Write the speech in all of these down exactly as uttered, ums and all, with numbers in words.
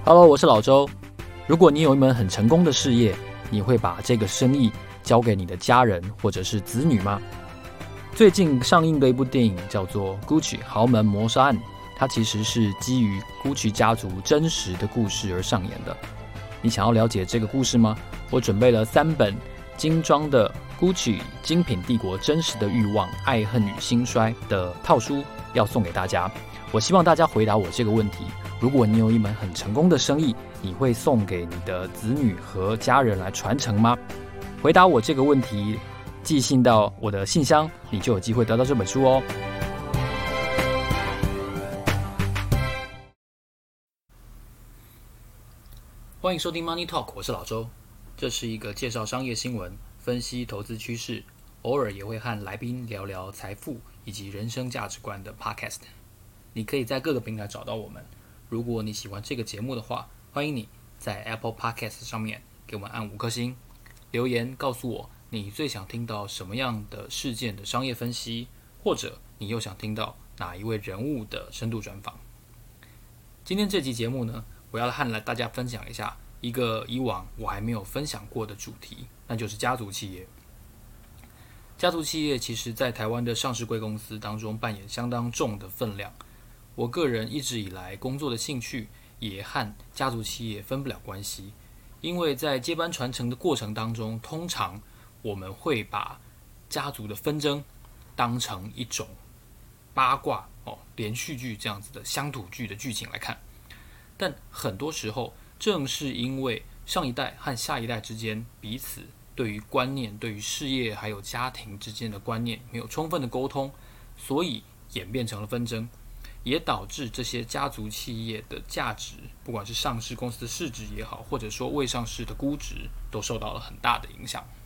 Hello， 我是老周。如果你有一门很成功的事业，你会把这个生意交给你的家人或者是子女吗？最近上映的一部电影叫做《Gucci 豪门谋杀案》，它其实是基于 Gucci 家族真实的故事而上演的。你想要了解这个故事吗？我准备了三本精装的 Gucci 精品帝国真实的欲望、爱恨与兴衰的套书要送给大家。我希望大家回答我这个问题：如果你有一门很成功的生意，你会送给你的子女和家人来传承吗？回答我这个问题，寄信到我的信箱，你就有机会得到这本书哦。欢迎收听 Money Talk， 我是老周。这是一个介绍商业新闻、分析投资趋势，偶尔也会和来宾聊聊财富以及人生价值观的 Podcast。你可以在各个平台找到我们。如果你喜欢这个节目的话，欢迎你在 Apple Podcast 上面给我们按五颗星，留言告诉我你最想听到什么样的事件的商业分析，或者你又想听到哪一位人物的深度专访。今天这期节目呢，我要和大家分享一下一个以往我还没有分享过的主题，那就是家族企业。家族企业其实在台湾的上市贵公司当中扮演相当重的分量。我个人一直以来工作的兴趣也和家族企业分不了关系，因为在接班传承的过程当中，通常我们会把家族的纷争当成一种八卦哦连续剧这样子的乡土剧的剧情来看，但很多时候正是因为上一代和下一代之间彼此对于观念、对于事业还有家庭之间的观念没有充分的沟通，所以演变成了纷争，也导致这些家族企业的价值，不管是上市公司的市值也好，或者说未上市的估值，都受到了很大的影响。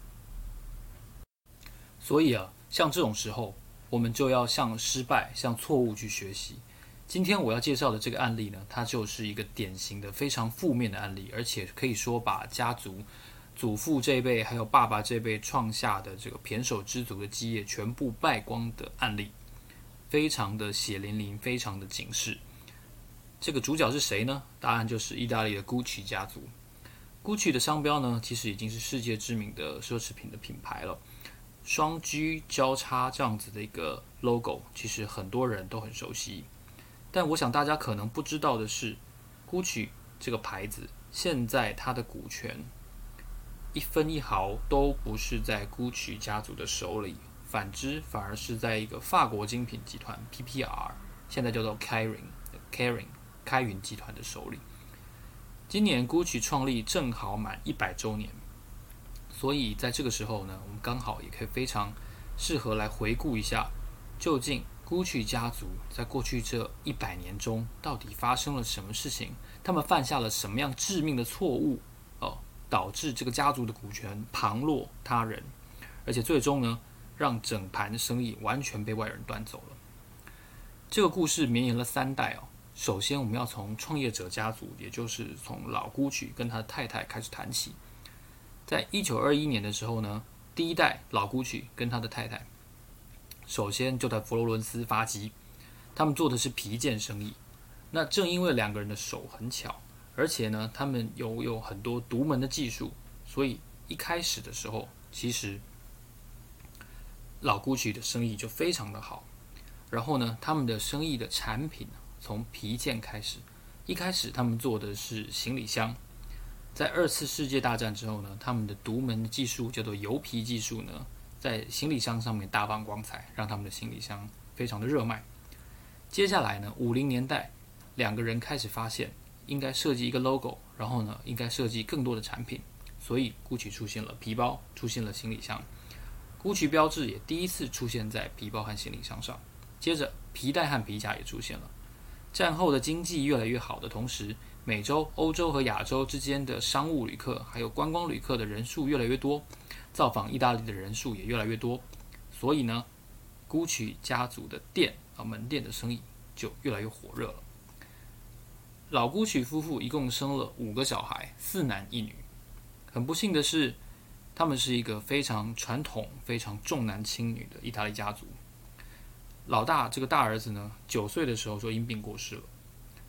所以啊，像这种时候，我们就要向失败、向错误去学习。今天我要介绍的这个案例呢，它就是一个典型的非常负面的案例，而且可以说把家族祖父这辈还有爸爸这辈创下的这个胼手胝足的基业全部败光的案例。非常的血淋淋，非常的警示。这个主角是谁呢？答案就是意大利的 Gucci 家族。Gucci 的商标呢，其实已经是世界知名的奢侈品的品牌了。双 G 交叉这样子的一个 logo， 其实很多人都很熟悉。但我想大家可能不知道的是 ，Gucci 这个牌子现在它的股权一分一毫都不是在 Gucci 家族的手里。反之，反而是在一个法国精品集团 P P R， 现在叫做 Kering 开云集团的手里。今年 Gucci 创立正好满一百周年，所以在这个时候呢，我们刚好也可以非常适合来回顾一下，究竟 Gucci 家族在过去这一百年中到底发生了什么事情，他们犯下了什么样致命的错误，哦，导致这个家族的股权旁落他人，而且最终呢，让整盘生意完全被外人端走了。这个故事绵延了三代哦。首先，我们要从创业者家族，也就是从老 Gucci 跟他的太太开始谈起。在一九二一年的时候呢，第一代老 Gucci 跟他的太太，首先就在佛罗伦斯发迹。他们做的是皮件生意。那正因为两个人的手很巧，而且呢，他们有有很多独门的技术，所以一开始的时候，其实老 Gucci 的生意就非常的好，然后呢，他们的生意的产品从皮件开始，一开始他们做的是行李箱，在二次世界大战之后呢，他们的独门的技术叫做油皮技术呢，在行李箱上面大放光彩，让他们的行李箱非常的热卖。接下来呢，五零年代，两个人开始发现应该设计一个 logo， 然后呢，应该设计更多的产品，所以 Gucci 出现了皮包，出现了行李箱。Gucci 标志也第一次出现在皮包和行李箱上，接着皮带和皮夹也出现了。战后的经济越来越好的同时，美洲、欧洲和亚洲之间的商务旅客还有观光旅客的人数越来越多，造访意大利的人数也越来越多，所以呢 ，Gucci 家族的店啊门店的生意就越来越火热了。老 Gucci 夫妇一共生了五个小孩，四男一女。很不幸的是，他们是一个非常传统、非常重男轻女的意大利家族。老大这个大儿子呢，九岁的时候就因病过世了。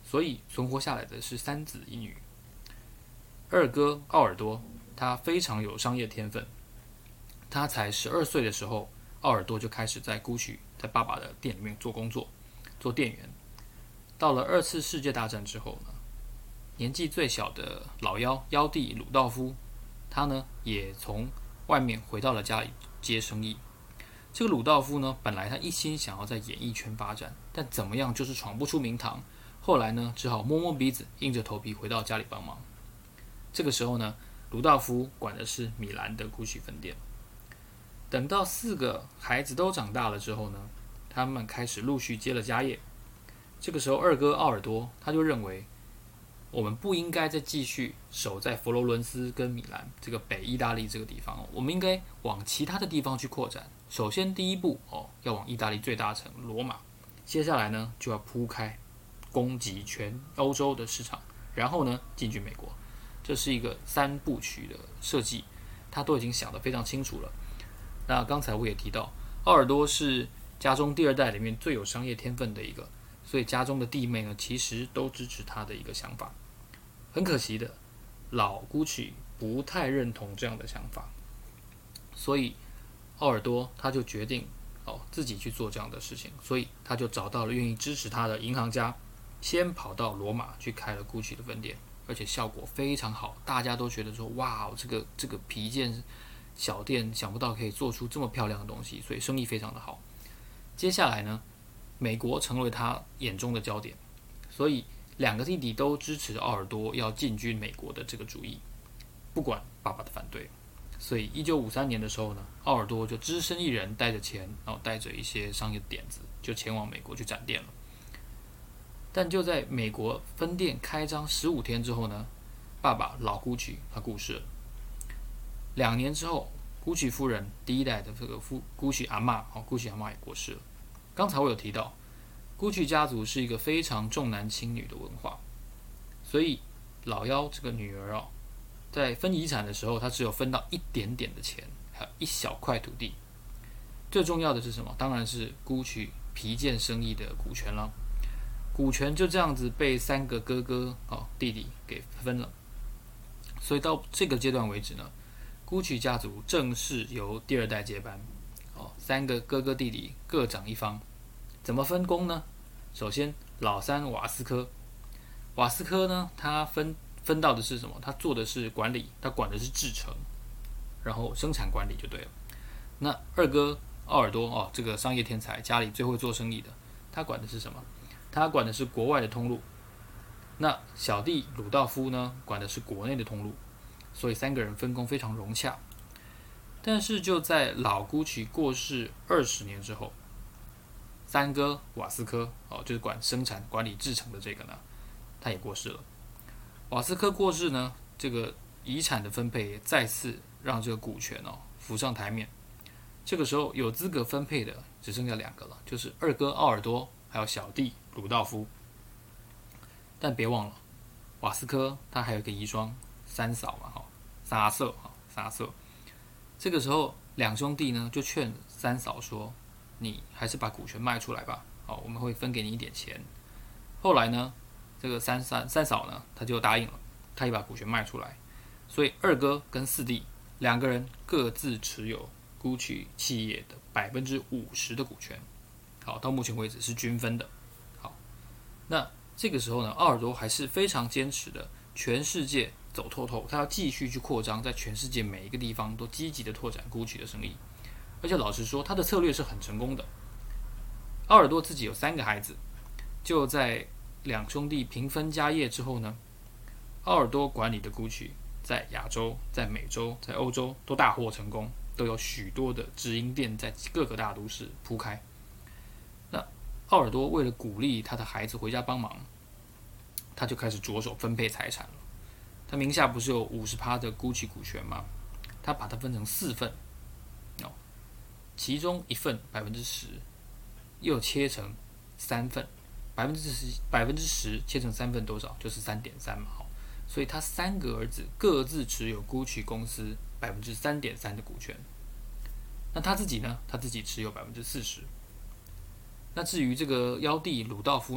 所以存活下来的是三子一女。二哥奥尔多他非常有商业天分，他才十二岁的时候，奥尔多就开始在 Gucci 在爸爸的店里面做工作，做店员。到了二次世界大战之后呢，年纪最小的老幺幺弟鲁道夫，他呢也从外面回到了家里接生意。这个鲁道夫呢，本来他一心想要在演艺圈发展，但怎么样就是闯不出名堂。后来呢，只好摸摸鼻子，硬着头皮回到家里帮忙。这个时候呢，鲁道夫管的是米兰的 Gucci 分店。等到四个孩子都长大了之后呢，他们开始陆续接了家业。这个时候，二哥奥尔多他就认为，我们不应该再继续守在佛罗伦斯跟米兰这个北意大利这个地方，我们应该往其他的地方去扩展。首先，第一步哦，要往意大利最大城罗马，接下来呢就要铺开，攻击全欧洲的市场，然后呢进军美国。这是一个三部曲的设计，他都已经想得非常清楚了。那刚才我也提到，奥尔多是家中第二代里面最有商业天分的一个，所以家中的弟妹呢，其实都支持他的一个想法。很可惜的，老 Gucci 不太认同这样的想法，所以奥尔多他就决定哦自己去做这样的事情，所以他就找到了愿意支持他的银行家，先跑到罗马去开了 Gucci 的分店，而且效果非常好，大家都觉得说哇，这个这个皮件小店想不到可以做出这么漂亮的东西，所以生意非常的好。接下来呢，美国成为他眼中的焦点，所以两个弟弟都支持奥尔多要进军美国的这个主意，不管爸爸的反对。所以一九五三年的时候呢，奥尔多就只身一人带着钱，然后带着一些商业点子，就前往美国去展店了。但就在美国分店开张十五天之后呢，爸爸老 Gucci 他过世了。两年之后 ，Gucci 夫人第一代的这个夫 Gucci 阿嬷哦 ，Gucci 阿嬷也过世了。刚才我有提到 ，Gucci 家族是一个非常重男轻女的文化，所以老幺这个女儿哦，在分遗产的时候，她只有分到一点点的钱，还有一小块土地。最重要的是什么？当然是 Gucci 皮件生意的股权了。股权就这样子被三个哥哥哦弟弟给分了。所以到这个阶段为止呢，Gucci 家族正式由第二代接班。哦，三个哥哥弟弟各掌一方。怎么分工呢？首先，老三瓦斯科，瓦斯科呢，他分分到的是什么？他做的是管理，他管的是制程，然后生产管理就对了。那二哥奥尔多哦，这个商业天才，家里最会做生意的，他管的是什么？他管的是国外的通路。那小弟鲁道夫呢，管的是国内的通路。所以三个人分工非常融洽。但是就在老 Gucci 过世二十年之后，三哥瓦斯科哦，就是管生产管理制程的这个呢，他也过世了。瓦斯科过世呢，这个遗产的分配也再次让这个股权哦浮上台面。这个时候有资格分配的只剩下两个了，就是二哥奥尔多还有小弟鲁道夫。但别忘了，瓦斯科他还有一个遗孀三嫂嘛，哈，沙瑟哈沙瑟。这个时候两兄弟呢就劝三嫂说：“你还是把股权卖出来吧，好，我们会分给你一点钱。”后来呢，这个三三三嫂呢，他就答应了，他也把股权卖出来。所以二哥跟四弟两个人各自持有 Gucci 企业的百分之五十的股权。好，到目前为止是均分的。好，那这个时候呢，奥尔多还是非常坚持的，全世界走透透，他要继续去扩张，在全世界每一个地方都积极的拓展 Gucci 的生意。而且老实说，他的策略是很成功的。奥尔多自己有三个孩子，就在两兄弟平分家业之后呢，奥尔多管理的 Gucci 在亚洲、在美洲、在欧洲都大获成功，都有许多的直营店在各个大都市铺开。那奥尔多为了鼓励他的孩子回家帮忙，他就开始着手分配财产了。他名下不是有五十趴的 Gucci 股权吗？他把它分成四份，哦，其中一份百分之十，又切成三份，百分之十百分之十切成三份多少？就是三点三嘛，好，所以他三个儿子各自持有 Gucci 公司百分之三点三的股权。那他自己呢？他自己持有百分之四十。那至于这个幺弟鲁道夫呢？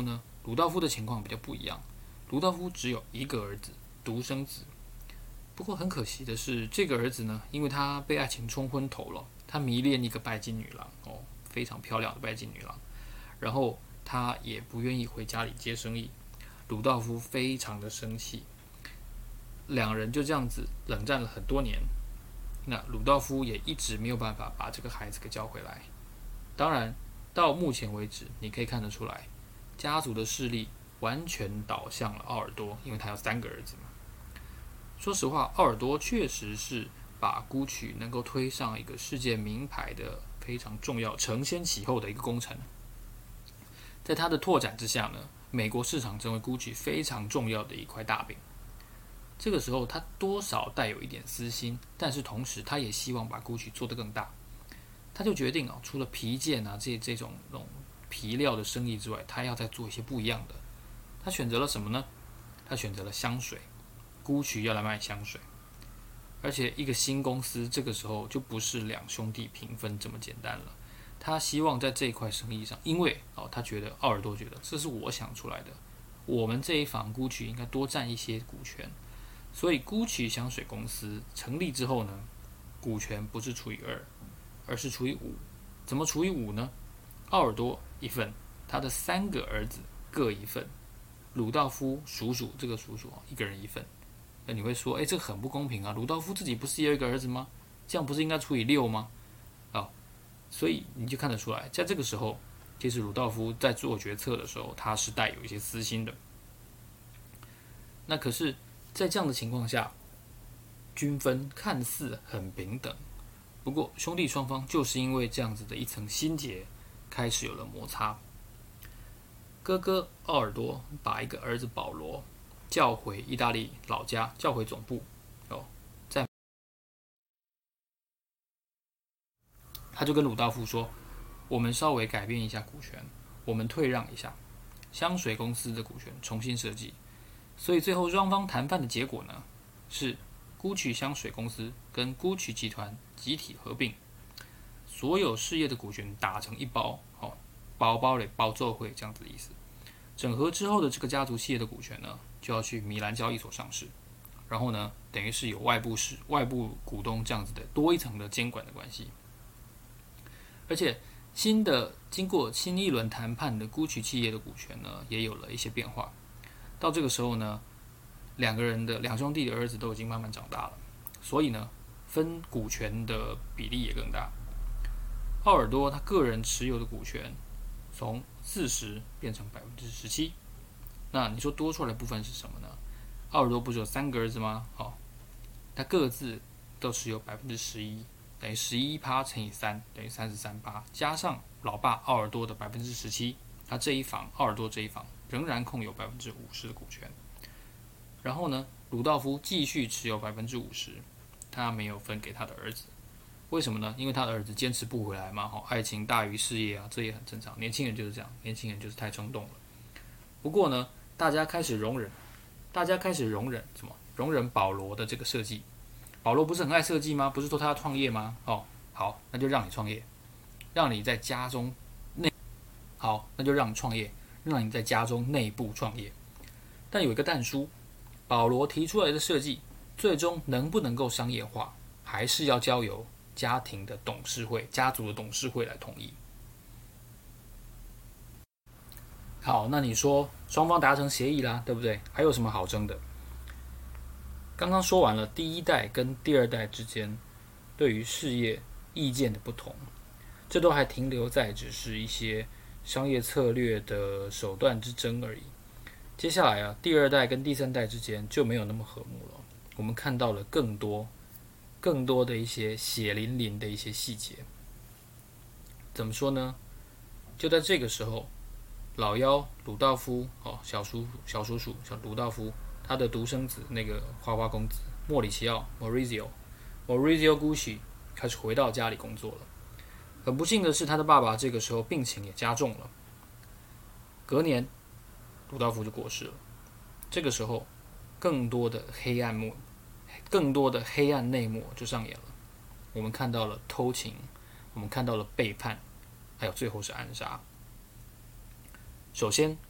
鲁道夫的情况比较不一样，鲁道夫只有一个儿子，独生子。不过很可惜的是，这个儿子呢，因为他被爱情冲昏头了，他迷恋一个拜金女郎哦，非常漂亮的拜金女郎，然后他也不愿意回家里接生意。鲁道夫非常的生气，两人就这样子冷战了很多年。那鲁道夫也一直没有办法把这个孩子给叫回来。当然，到目前为止，你可以看得出来，家族的势力完全倒向了奥尔多，因为他有三个儿子嘛。说实话，奥尔多确实是把孤曲能够推上一个世界名牌的非常重要、承先启后的一个工程。在他的拓展之下呢，美国市场成为孤曲非常重要的一块大饼。这个时候，他多少带有一点私心，但是同时他也希望把孤曲做得更大。他就决定哦，除了皮件啊这这种那种皮料的生意之外，他要再做一些不一样的。他选择了什么呢？他选择了香水，孤曲要来卖香水，而且一个新公司这个时候就不是两兄弟平分这么简单了。他希望在这一块生意上，因为哦，他觉得奥尔多觉得这是我想出来的，我们这一房孤曲应该多占一些股权。所以孤曲香水公司成立之后呢，股权不是除以二，而是除以五。怎么除以五呢？奥尔多一份，他的三个儿子各一份，鲁道夫叔叔这个叔叔一个人一份。那你会说，哎，这个很不公平啊！鲁道夫自己不是也有一个儿子吗？这样不是应该除以六吗？哦，所以你就看得出来，在这个时候，其实鲁道夫在做决策的时候，他是带有一些私心的。那可是，在这样的情况下，均分看似很平等，不过兄弟双方就是因为这样子的一层心结，开始有了摩擦。哥哥奥尔多把一个儿子保罗叫回意大利老家，叫回总部哦，在他就跟鲁道夫说：“我们稍微改变一下股权，我们退让一下香水公司的股权，重新设计。”所以最后双方谈判的结果呢，是孤曲香水公司跟孤曲集团集体合并，所有事业的股权打成一包，哦，包包嘞包奏会这样子的意思。整合之后的这个家族企业的股权呢，就要去米兰交易所上市，然后呢，等于是有外部是外部股东这样子的多一层的监管的关系。而且新的经过新一轮谈判的孤曲企业的股权呢，也有了一些变化。到这个时候呢，两个人的两兄弟的儿子都已经慢慢长大了，所以呢，分股权的比例也更大。奥尔多他个人持有的股权从四十变成百分之十七。那你说多出来的部分是什么呢？奥尔多不是有三个儿子吗？哦，他各自都持有百分之十一，等于十一趴乘以三等于三十三趴，加上老爸奥尔多的百分之十七，他这一房奥尔多这一房仍然控有百分之五十的股权。然后呢，鲁道夫继续持有百分之五十，他没有分给他的儿子。为什么呢？因为他的儿子坚持不回来嘛，爱情大于事业啊，这也很正常。年轻人就是这样，年轻人就是太冲动了。不过呢，大家开始容忍，大家开始容忍什么？容忍保罗的这个设计。保罗不是很爱设计吗？不是说他要创业吗？哦，好，那就让你创业，让你在家中内，好，那就让你创业，让你在家中内部创业。但有一个但书，保罗提出来的设计，最终能不能够商业化，还是要交由家庭的董事会、家族的董事会来同意。好，那你说双方达成协议啦，对不对？还有什么好争的？刚刚说完了第一代跟第二代之间对于事业意见的不同，这都还停留在只是一些商业策略的手段之争而已。接下来啊，第二代跟第三代之间就没有那么和睦了。我们看到了更多、更多的一些血淋淋的一些细节。怎么说呢？就在这个时候，老幺鲁道夫哦，小叔小叔叔小鲁道夫，他的独生子那个花花公子莫里奇奥 Maurizio Maurizio Gucci 开始回到家里工作了。很不幸的是，他的爸爸这个时候病情也加重了。隔年，鲁道夫就过世了。这个时候，更多的黑暗幕，更多的黑暗内幕就上演了。我们看到了偷情，我们看到了背叛，还有最后是暗杀。首先，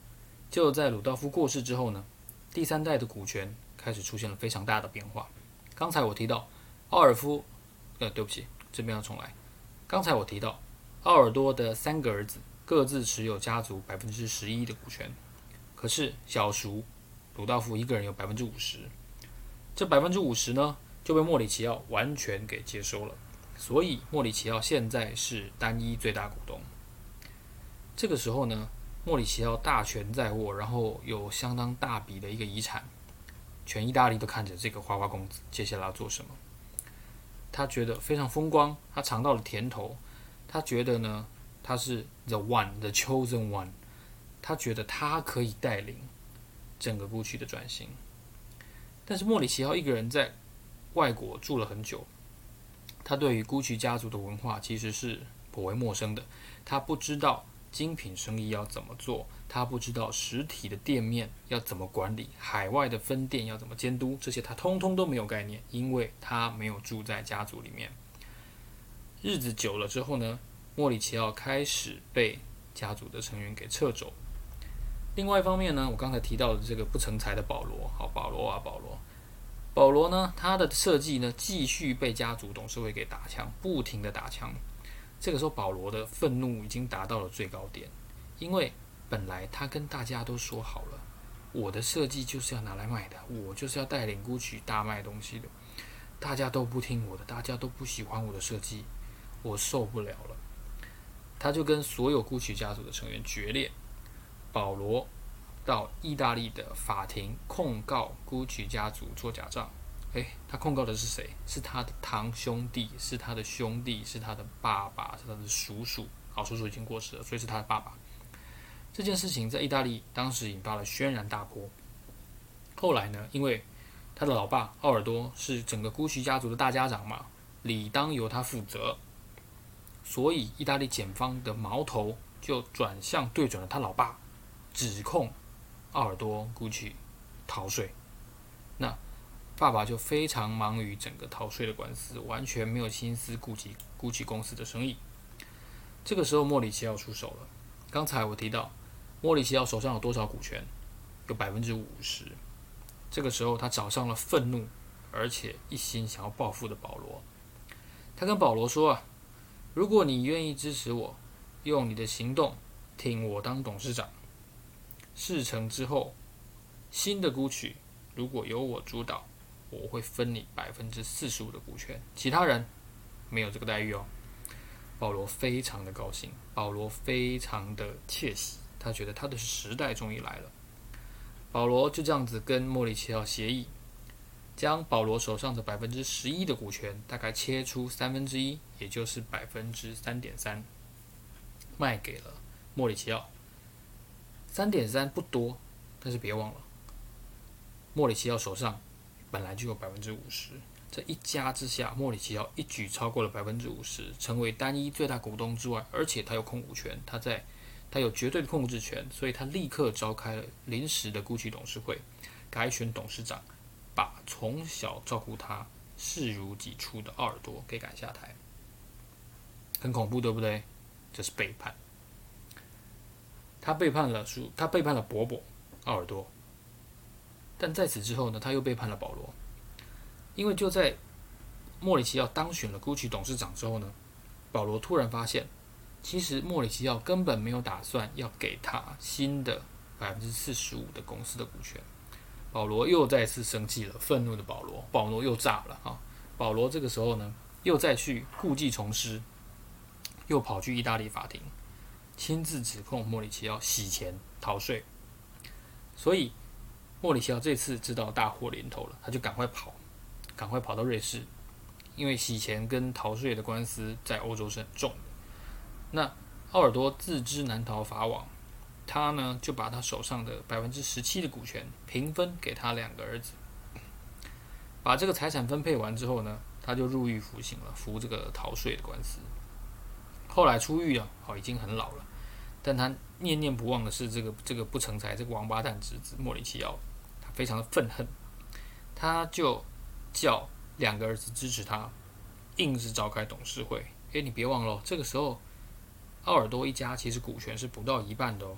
就在鲁道夫过世之后呢，第三代的股权开始出现了非常大的变化。刚才我提到奥尔夫，呃，对不起，这边要重来。刚才我提到奥尔多的三个儿子各自持有家族百分之十一的股权，可是小叔鲁道夫一个人有百分之五十，这百分之五十呢就被莫里奇奥完全给接收了，所以莫里奇奥现在是单一最大股东。这个时候呢，莫里奇奥大权在握，然后有相当大笔的一个遗产，全意大利都看着这个花花公子接下来要做什么。他觉得非常风光，他尝到了甜头，他觉得呢他是 the one the chosen one， 他觉得他可以带领整个Gucci的转型。但是莫里奇奥一个人在外国住了很久，他对于Gucci家族的文化其实是颇为陌生的，他不知道精品生意要怎么做，他不知道实体的店面要怎么管理，海外的分店要怎么监督，这些他通通都没有概念，因为他没有住在家族里面。日子久了之后呢，莫里奇奥开始被家族的成员给撤走。另外一方面呢，我刚才提到的这个不成才的保罗，好，保罗啊，保罗，保罗呢，他的设计呢，继续被家族董事会给打枪，不停的打枪。这个时候，保罗的愤怒已经达到了最高点，因为本来他跟大家都说好了，我的设计就是要拿来卖的，我就是要带领Gucci大卖东西的，大家都不听我的，大家都不喜欢我的设计，我受不了了。他就跟所有Gucci家族的成员决裂。保罗到意大利的法庭控告Gucci家族做假账。诶，他控告的是谁？是他的堂兄弟，是他的兄弟，是他的爸爸，是他的叔叔。好，叔叔已经过世了，所以是他的爸爸。这件事情在意大利当时引发了轩然大波。后来呢，因为他的老爸奥尔多是整个Gucci家族的大家长嘛，理当由他负责，所以意大利检方的矛头就转向对准了他老爸，指控奥尔多Gucci逃税。那爸爸就非常忙于整个逃税的官司，完全没有心思顾及Gucci公司的生意。这个时候莫里奇奥出手了。刚才我提到莫里奇奥手上有多少股权？有百分之五十。这个时候他找上了愤怒而且一心想要报复的保罗。他跟保罗说啊，如果你愿意支持我，用你的行动挺我当董事长，事成之后，新的Gucci如果由我主导，我会分你百分之四十五的股权，其他人没有这个待遇哦。保罗非常的高兴，保罗非常的窃喜，他觉得他的时代终于来了。保罗就这样子跟莫里奇奥协议，将保罗手上的百分之十一的股权，大概切出三分之一，也就是百分之三点三，卖给了莫里奇奥。三点三不多，但是别忘了，莫里奇奥手上本来就有百分之五十，这一加之下，莫里奇奥一举超过了百分之五十，成为单一最大股东之外，而且他有控股权，他在他有绝对的控制权，所以他立刻召开了临时的Gucci董事会，改选董事长，把从小照顾他视如己出的奥尔多给赶下台。很恐怖，对不对？这是背叛。他背叛了叔，他背叛了伯伯奥尔多。但在此之后呢，他又背叛了保罗，因为就在莫里奇奥当选了Gucci董事长之后呢，保罗突然发现，其实莫里奇奥根本没有打算要给他新的百分之四十五的公司的股权。保罗又再次生气了，愤怒的保罗，保罗又炸了啊！保罗这个时候呢，又再去故技重施，又跑去意大利法庭，亲自指控莫里奇奥洗钱逃税，所以莫里奇奥这次知道大祸临头了，他就赶快跑，赶快跑到瑞士，因为洗钱跟逃税的官司在欧洲是很重的。那奥尔多自知难逃法网，他呢就把他手上的百分之十七的股权平分给他两个儿子。把这个财产分配完之后呢，他就入狱服刑了，服这个逃税的官司。后来出狱了，好，已经很老了，但他念念不忘的是这个这个不成才，这个王八蛋侄子莫里奇奥。非常的愤恨，他就叫两个儿子支持他，硬是召开董事会。诶，你别忘了，这个时候奥尔多一家其实股权是不到一半的哦。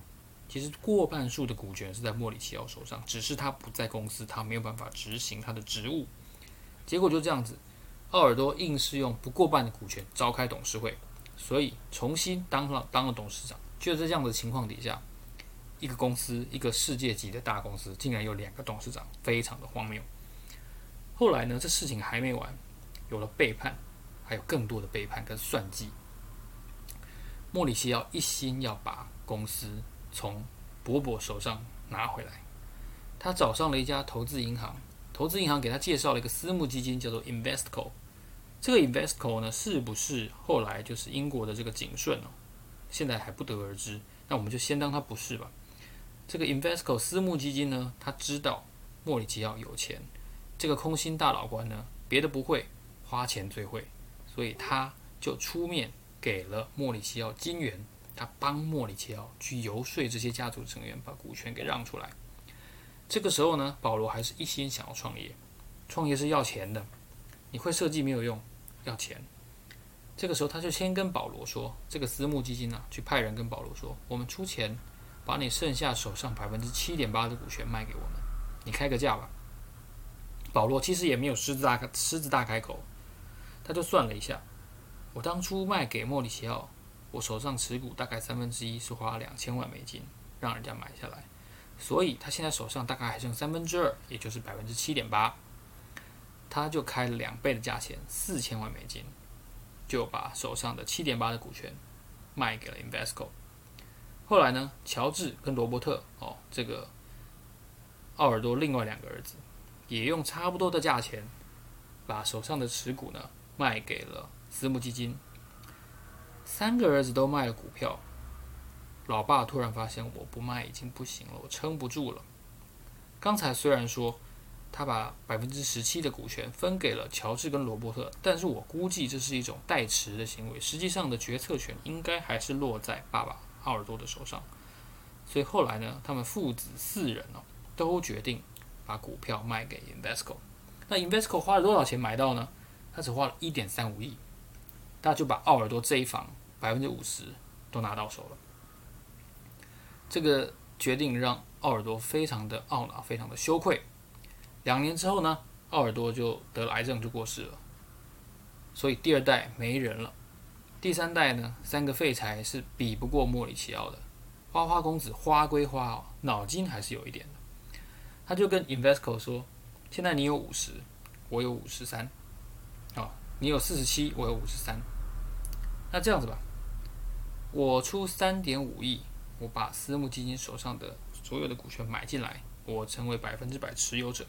其实过半数的股权是在莫里奇奥手上，只是他不在公司，他没有办法执行他的职务。结果就这样子，奥尔多硬是用不过半的股权召开董事会，所以重新当了当了董事长。就在这样的情况底下，一个公司，一个世界级的大公司，竟然有两个董事长，非常的荒谬。后来呢，这事情还没完，有了背叛，还有更多的背叛跟算计。莫里奇奥一心要把公司从伯伯手上拿回来，他找上了一家投资银行，投资银行给他介绍了一个私募基金，叫做 Investco。这个 Investco 呢，是不是后来就是英国的这个景顺哦？现在还不得而知。那我们就先当它不是吧。这个 Investco 私募基金呢，他知道莫里奇奥有钱，这个空心大老官呢，别的不会，花钱最会，所以他就出面给了莫里奇奥金元，他帮莫里奇奥去游说这些家族成员把股权给让出来。这个时候呢，保罗还是一心想要创业，创业是要钱的，你会设计没有用，要钱。这个时候他就先跟保罗说，这个私募基金啊，去派人跟保罗说，我们出钱把你剩下手上百分之七点八的股权卖给我们，你开个价吧。保罗其实也没有狮子大狮子大开口，他就算了一下，我当初卖给莫里奇奥，我手上持股大概三分之一是花两千万美金让人家买下来，所以他现在手上大概还剩三分之二，也就是百分之七点八，他就开了两倍的价钱，四千万美金，就把手上的七点八的股权卖给了 Investco。后来呢，乔治跟罗伯特哦，这个奥尔多另外两个儿子，也用差不多的价钱，把手上的持股呢卖给了私募基金。三个儿子都卖了股票，老爸突然发现我不卖已经不行了，我撑不住了。刚才虽然说他把百分之十七的股权分给了乔治跟罗伯特，但是我估计这是一种代持的行为，实际上的决策权应该还是落在爸爸奥尔多的手上。所以后来呢，他们父子四人哦，都决定把股票卖给 Investco。那 Investco 花了多少钱买到呢？他只花了 一点三五亿，他就把奥尔多这一房百分之五十都拿到手了。这个决定让奥尔多非常的懊恼，非常的羞愧。两年之后呢，奥尔多就得了癌症，就过世了。所以第二代没人了。第三代呢，三个废柴是比不过莫里奇奥的。花花公子花归花哦，脑筋还是有一点的。他就跟 Investco 说：“现在你有五十，我有五十三，哦，你有四十七，我有五十三。那这样子吧，我出三点五亿，我把私募基金手上的所有的股权买进来，我成为百分之百持有者。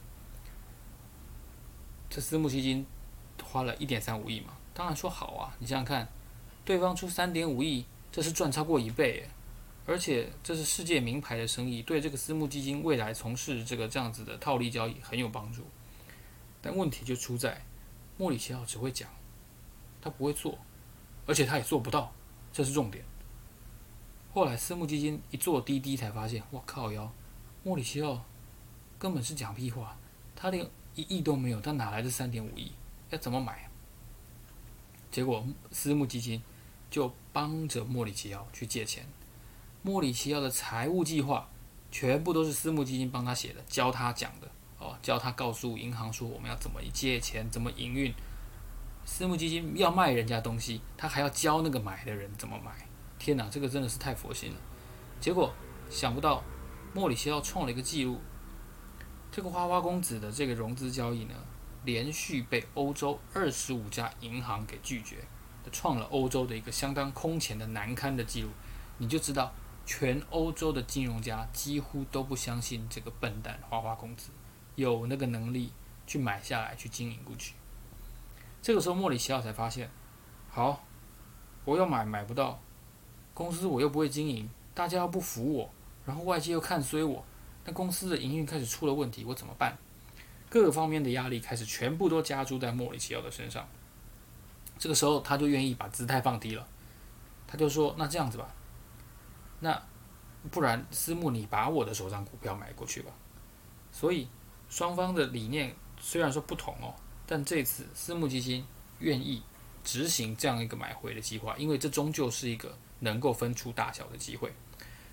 这私募基金花了一点三五亿嘛，当然说好啊。你想想看，对方出三点五亿，这是赚超过一倍耶。”而且这是世界名牌的生意，对这个私募基金未来从事这个这样子的套利交易很有帮助。但问题就出在莫里奇奥只会讲，他不会做，而且他也做不到，这是重点。后来私募基金一做滴滴才发现，哇靠腰，莫里奇奥根本是讲屁话，他连一亿都没有，他哪来的三点五亿？要怎么买？结果私募基金就帮着莫里奇奥去借钱。莫里奇奥的财务计划全部都是私募基金帮他写的，教他讲的哦，教他告诉银行说我们要怎么借钱，怎么营运。私募基金要卖人家东西，他还要教那个买的人怎么买。天哪，这个真的是太佛心了。结果想不到莫里奇奥创了一个记录，这个花花公子的这个融资交易呢，连续被欧洲二十五家银行给拒绝，创了欧洲的一个相当空前的难堪的记录。你就知道全欧洲的金融家几乎都不相信这个笨蛋花花公子有那个能力去买下来去经营过去。这个时候莫里奇奥才发现，好，我要买买不到，公司我又不会经营，大家又不服我，然后外界又看衰我，那公司的营运开始出了问题，我怎么办？各个方面的压力开始全部都加诸在莫里奇奥的身上。这个时候他就愿意把姿态放低了，他就说，那这样子吧，那不然私募你把我的手上股票买过去吧。所以双方的理念虽然说不同哦，但这次私募基金愿意执行这样一个买回的计划，因为这终究是一个能够分出大小的机会。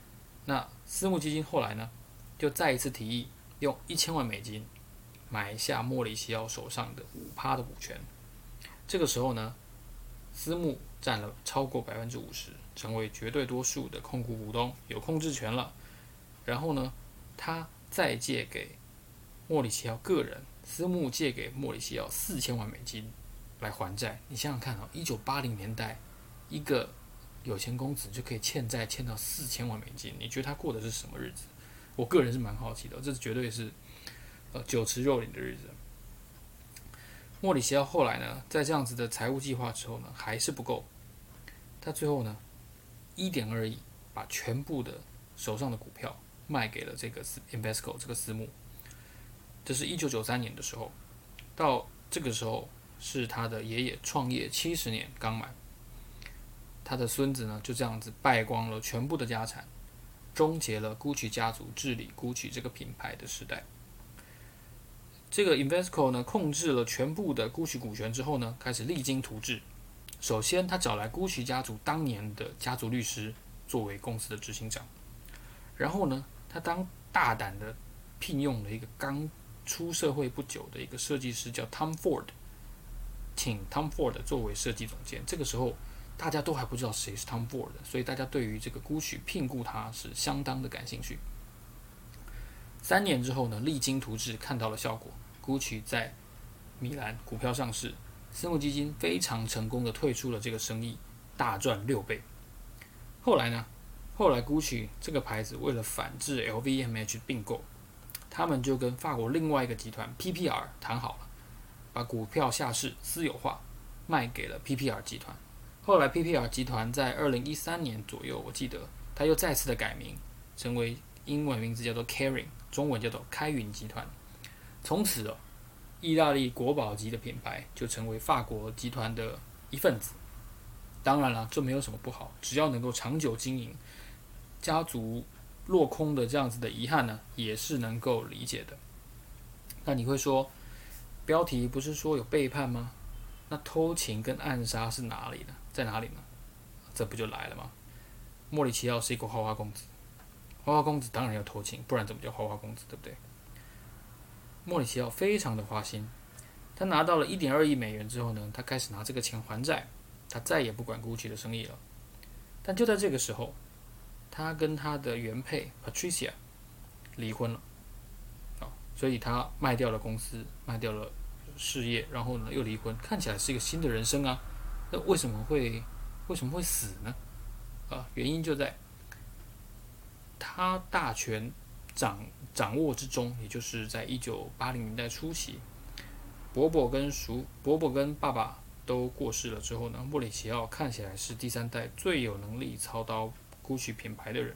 那私募基金后来呢，就再一次提议用一千万美金买下莫里西奥手上的五趴的股权。这个时候呢，私募占了超过百分之五十，成为绝对多数的控股股东，有控制权了。然后呢，他再借给莫里西奥个人，私募借给莫里西奥四千万美金来还债。你想想看啊，一九八零年代一个有钱公子就可以欠债欠到四千万美金，你觉得他过的是什么日子？我个人是蛮好奇的，这绝对是呃酒池肉林的日子。莫里西奥后来呢，在这样子的财务计划之后呢，还是不够。他最后呢，一点二亿把全部的手上的股票卖给了这个 Invesco 这个私募。这是一九九三年的时候，到这个时候是他的爷爷创业七十年刚满，他的孙子呢就这样子败光了全部的家产，终结了 Gucci 家族治理 Gucci 这个品牌的时代。这个 Invesco 呢控制了全部的 Gucci 股权之后呢，开始励精图治。首先，他找来 Gucci 家族当年的家族律师作为公司的执行长，然后呢，他当大胆的聘用了一个刚出社会不久的一个设计师，叫 Tom Ford， 请 Tom Ford 作为设计总监。这个时候大家都还不知道谁是 Tom Ford， 所以大家对于这个 Gucci 聘雇他是相当的感兴趣。三年之后呢，励精图治，看到了效果 ，Gucci 在米兰股票上市，私募基金非常成功的退出了这个生意，大赚六倍。后来呢，后来 Gucci 这个牌子为了反制 L V M H 并购，他们就跟法国另外一个集团 P P R 谈好了，把股票下市私有化，卖给了 P P R 集团。后来 P P R 集团在二零一三年左右，我记得他又再次的改名，成为英文名字叫做 Kering， 中文叫做开云集团。从此哦，意大利国宝级的品牌就成为法国集团的一份子。当然了，这没有什么不好，只要能够长久经营，家族落空的这样子的遗憾呢，也是能够理解的。那你会说，标题不是说有背叛吗？那偷情跟暗杀是哪里呢？在哪里呢？这不就来了吗？莫里奇奥是一个花花公子，花花公子当然要偷情，不然怎么叫花花公子，对不对？莫里奇奥非常的花心，他拿到了 一点二亿美元之后呢，他开始拿这个钱还债，他再也不管 Gucci 的生意了。但就在这个时候，他跟他的原配 Patricia 离婚了，所以他卖掉了公司，卖掉了事业，然后呢又离婚，看起来是一个新的人生啊。那为什么会为什么会死呢？啊，原因就在他大权掌掌握之中，也就是在一九八零年代初期，伯伯跟叔伯伯跟爸爸都过世了之后呢，莫里奇奥看起来是第三代最有能力操刀 Gucci 品牌的人，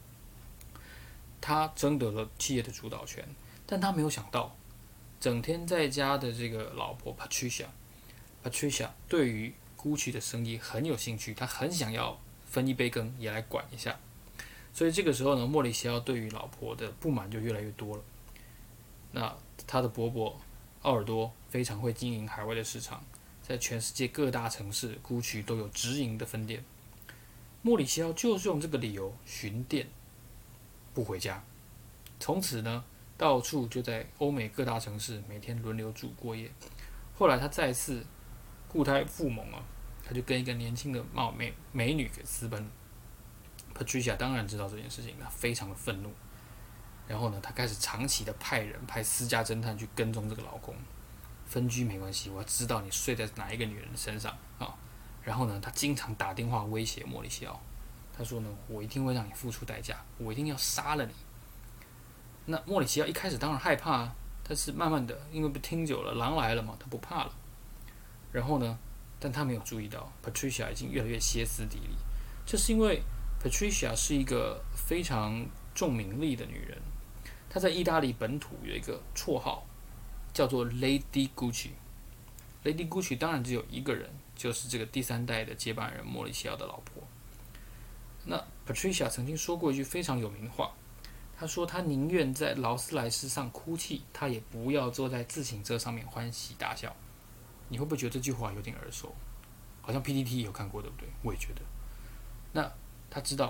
他争得了企业的主导权，但他没有想到，整天在家的这个老婆 Patricia，Patricia 对于 Gucci 的生意很有兴趣，他很想要分一杯羹，也来管一下。所以这个时候呢，莫里西奥对于老婆的不满就越来越多了。那他的伯伯奥尔多非常会经营海外的市场，在全世界各大城市 ，Gucci 都有直营的分店。莫里西奥就是用这个理由巡店不回家，从此呢，到处就在欧美各大城市每天轮流住过夜。后来他再次故态复萌啊，他就跟一个年轻的貌美美女给私奔了。Patricia 当然知道这件事情，她非常的愤怒。然后呢，她开始长期的派人派私家侦探去跟踪这个老公。分居没关系，我要知道你睡在哪一个女人身上啊！然后呢，她经常打电话威胁莫里西奥，他说呢，我一定会让你付出代价，我一定要杀了你。那莫里西奥一开始当然害怕啊，但是慢慢的，因为被听久了，狼来了嘛，他不怕了。然后呢，但他没有注意到 ，Patricia 已经越来越歇斯底里，这是因为 Patricia 是一个非常重名利的女人，她在意大利本土有一个绰号，叫做 Lady Gucci。Lady Gucci 当然只有一个人，就是这个第三代的接班人莫里西奥的老婆。那 Patricia 曾经说过一句非常有名的话，她说她宁愿在劳斯莱斯上哭泣，她也不要坐在自行车上面欢喜大笑。你会不会觉得这句话有点耳熟？好像 P T T 有看过，对不对？我也觉得。那他知道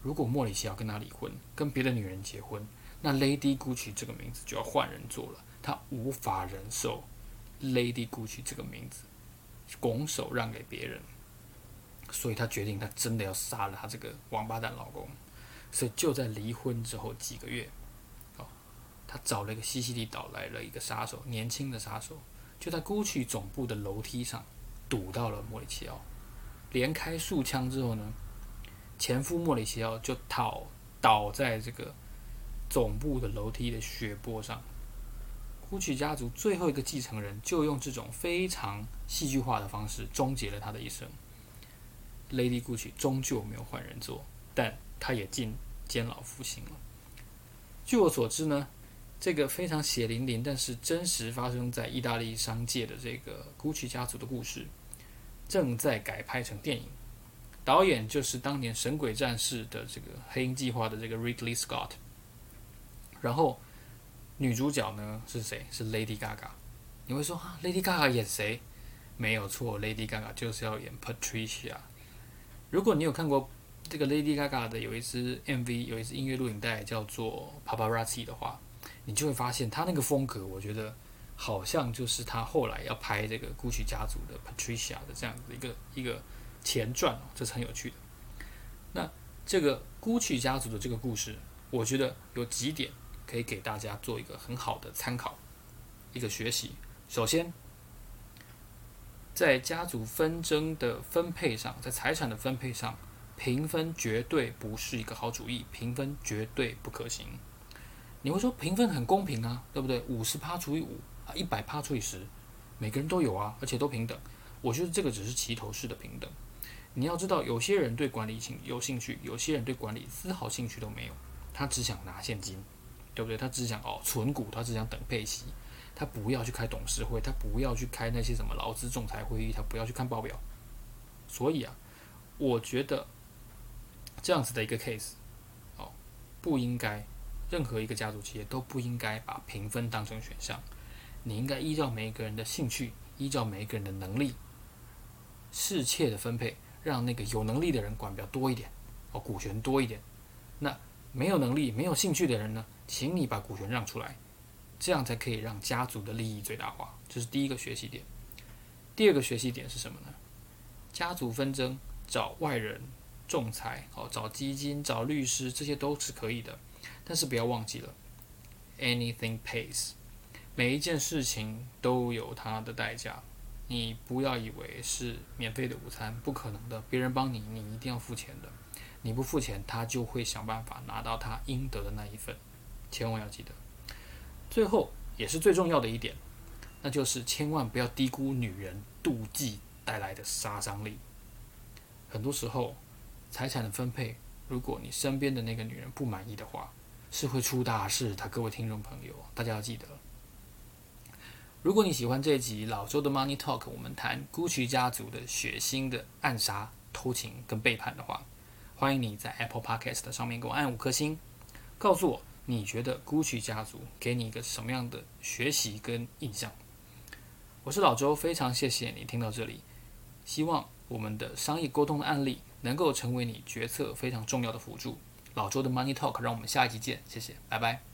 如果莫里奇奥跟他离婚，跟别的女人结婚，那 Lady Gucci 这个名字就要换人做了。他无法忍受 Lady Gucci 这个名字拱手让给别人，所以他决定他真的要杀了他这个王八蛋老公。所以就在离婚之后几个月，哦，他找了一个西西里岛来了一个杀手，年轻的杀手，就在 Gucci 总部的楼梯上堵到了莫里奇奥，连开数枪之后呢，前夫莫里奇奥就倒倒在这个总部的楼梯的血泊上。Gucci 家族最后一个继承人就用这种非常戏剧化的方式终结了他的一生。Lady Gucci 终究没有换人做，但他也进监牢服刑了。据我所知呢，这个非常血淋淋但是真实发生在意大利商界的这个 Gucci 家族的故事，正在改拍成电影。导演就是当年《神鬼战士》的这个黑鹰计划的这个 Ridley Scott。然后女主角呢是谁？是 Lady Gaga。你会说啊 ，Lady Gaga 演谁？没有错 ，Lady Gaga 就是要演 Patricia。如果你有看过这个 Lady Gaga 的有一支 M V， 有一支音乐录影带叫做 Paparazzi 的话，你就会发现她那个风格，我觉得好像就是她后来要拍这个 Gucci 家族的 Patricia 的这样子一个一个前传，这是很有趣的。那这个 Gucci 家族的这个故事，我觉得有几点可以给大家做一个很好的参考，一个学习。首先，在家族纷争的分配上，在财产的分配上，平分绝对不是一个好主意，平分绝对不可行。你会说平分很公平啊，对不对？五十趴除以五啊，一百趴除以十，每个人都有啊，而且都平等。我觉得这个只是齐头式的平等。你要知道，有些人对管理有兴趣，有些人对管理丝毫兴趣都没有，他只想拿现金，对不对？他只想哦存股，他只想等配息，他不要去开董事会，他不要去开那些什么劳资仲裁会议，他不要去看报表。所以啊，我觉得这样子的一个 case， 哦，不应该，任何一个家族企业都不应该把平分当成选项。你应该依照每一个人的兴趣，依照每一个人的能力，适切的分配，让那个有能力的人管比较多一点，哦，股权多一点。那没有能力、没有兴趣的人呢，请你把股权让出来，这样才可以让家族的利益最大化。这是第一个学习点。第二个学习点是什么呢？家族纷争找外人仲裁，哦，找基金、找律师，这些都是可以的。但是不要忘记了 ，anything pays， 每一件事情都有它的代价。你不要以为是免费的午餐，不可能的，别人帮你，你一定要付钱的。你不付钱，他就会想办法拿到他应得的那一份，千万要记得。最后也是最重要的一点，那就是千万不要低估女人妒忌带来的杀伤力。很多时候，财产的分配，如果你身边的那个女人不满意的话，是会出大事的。各位听众朋友，大家要记得。如果你喜欢这一集老周的 Money Talk， 我们谈 Gucci 家族的血腥的暗杀、偷情跟背叛的话，欢迎你在 Apple Podcast 上面给我按五颗星，告诉我你觉得 Gucci 家族给你一个什么样的学习跟印象。我是老周，非常谢谢你听到这里，希望我们的商业沟通的案例能够成为你决策非常重要的辅助。老周的 Money Talk， 让我们下一集见，谢谢，拜拜。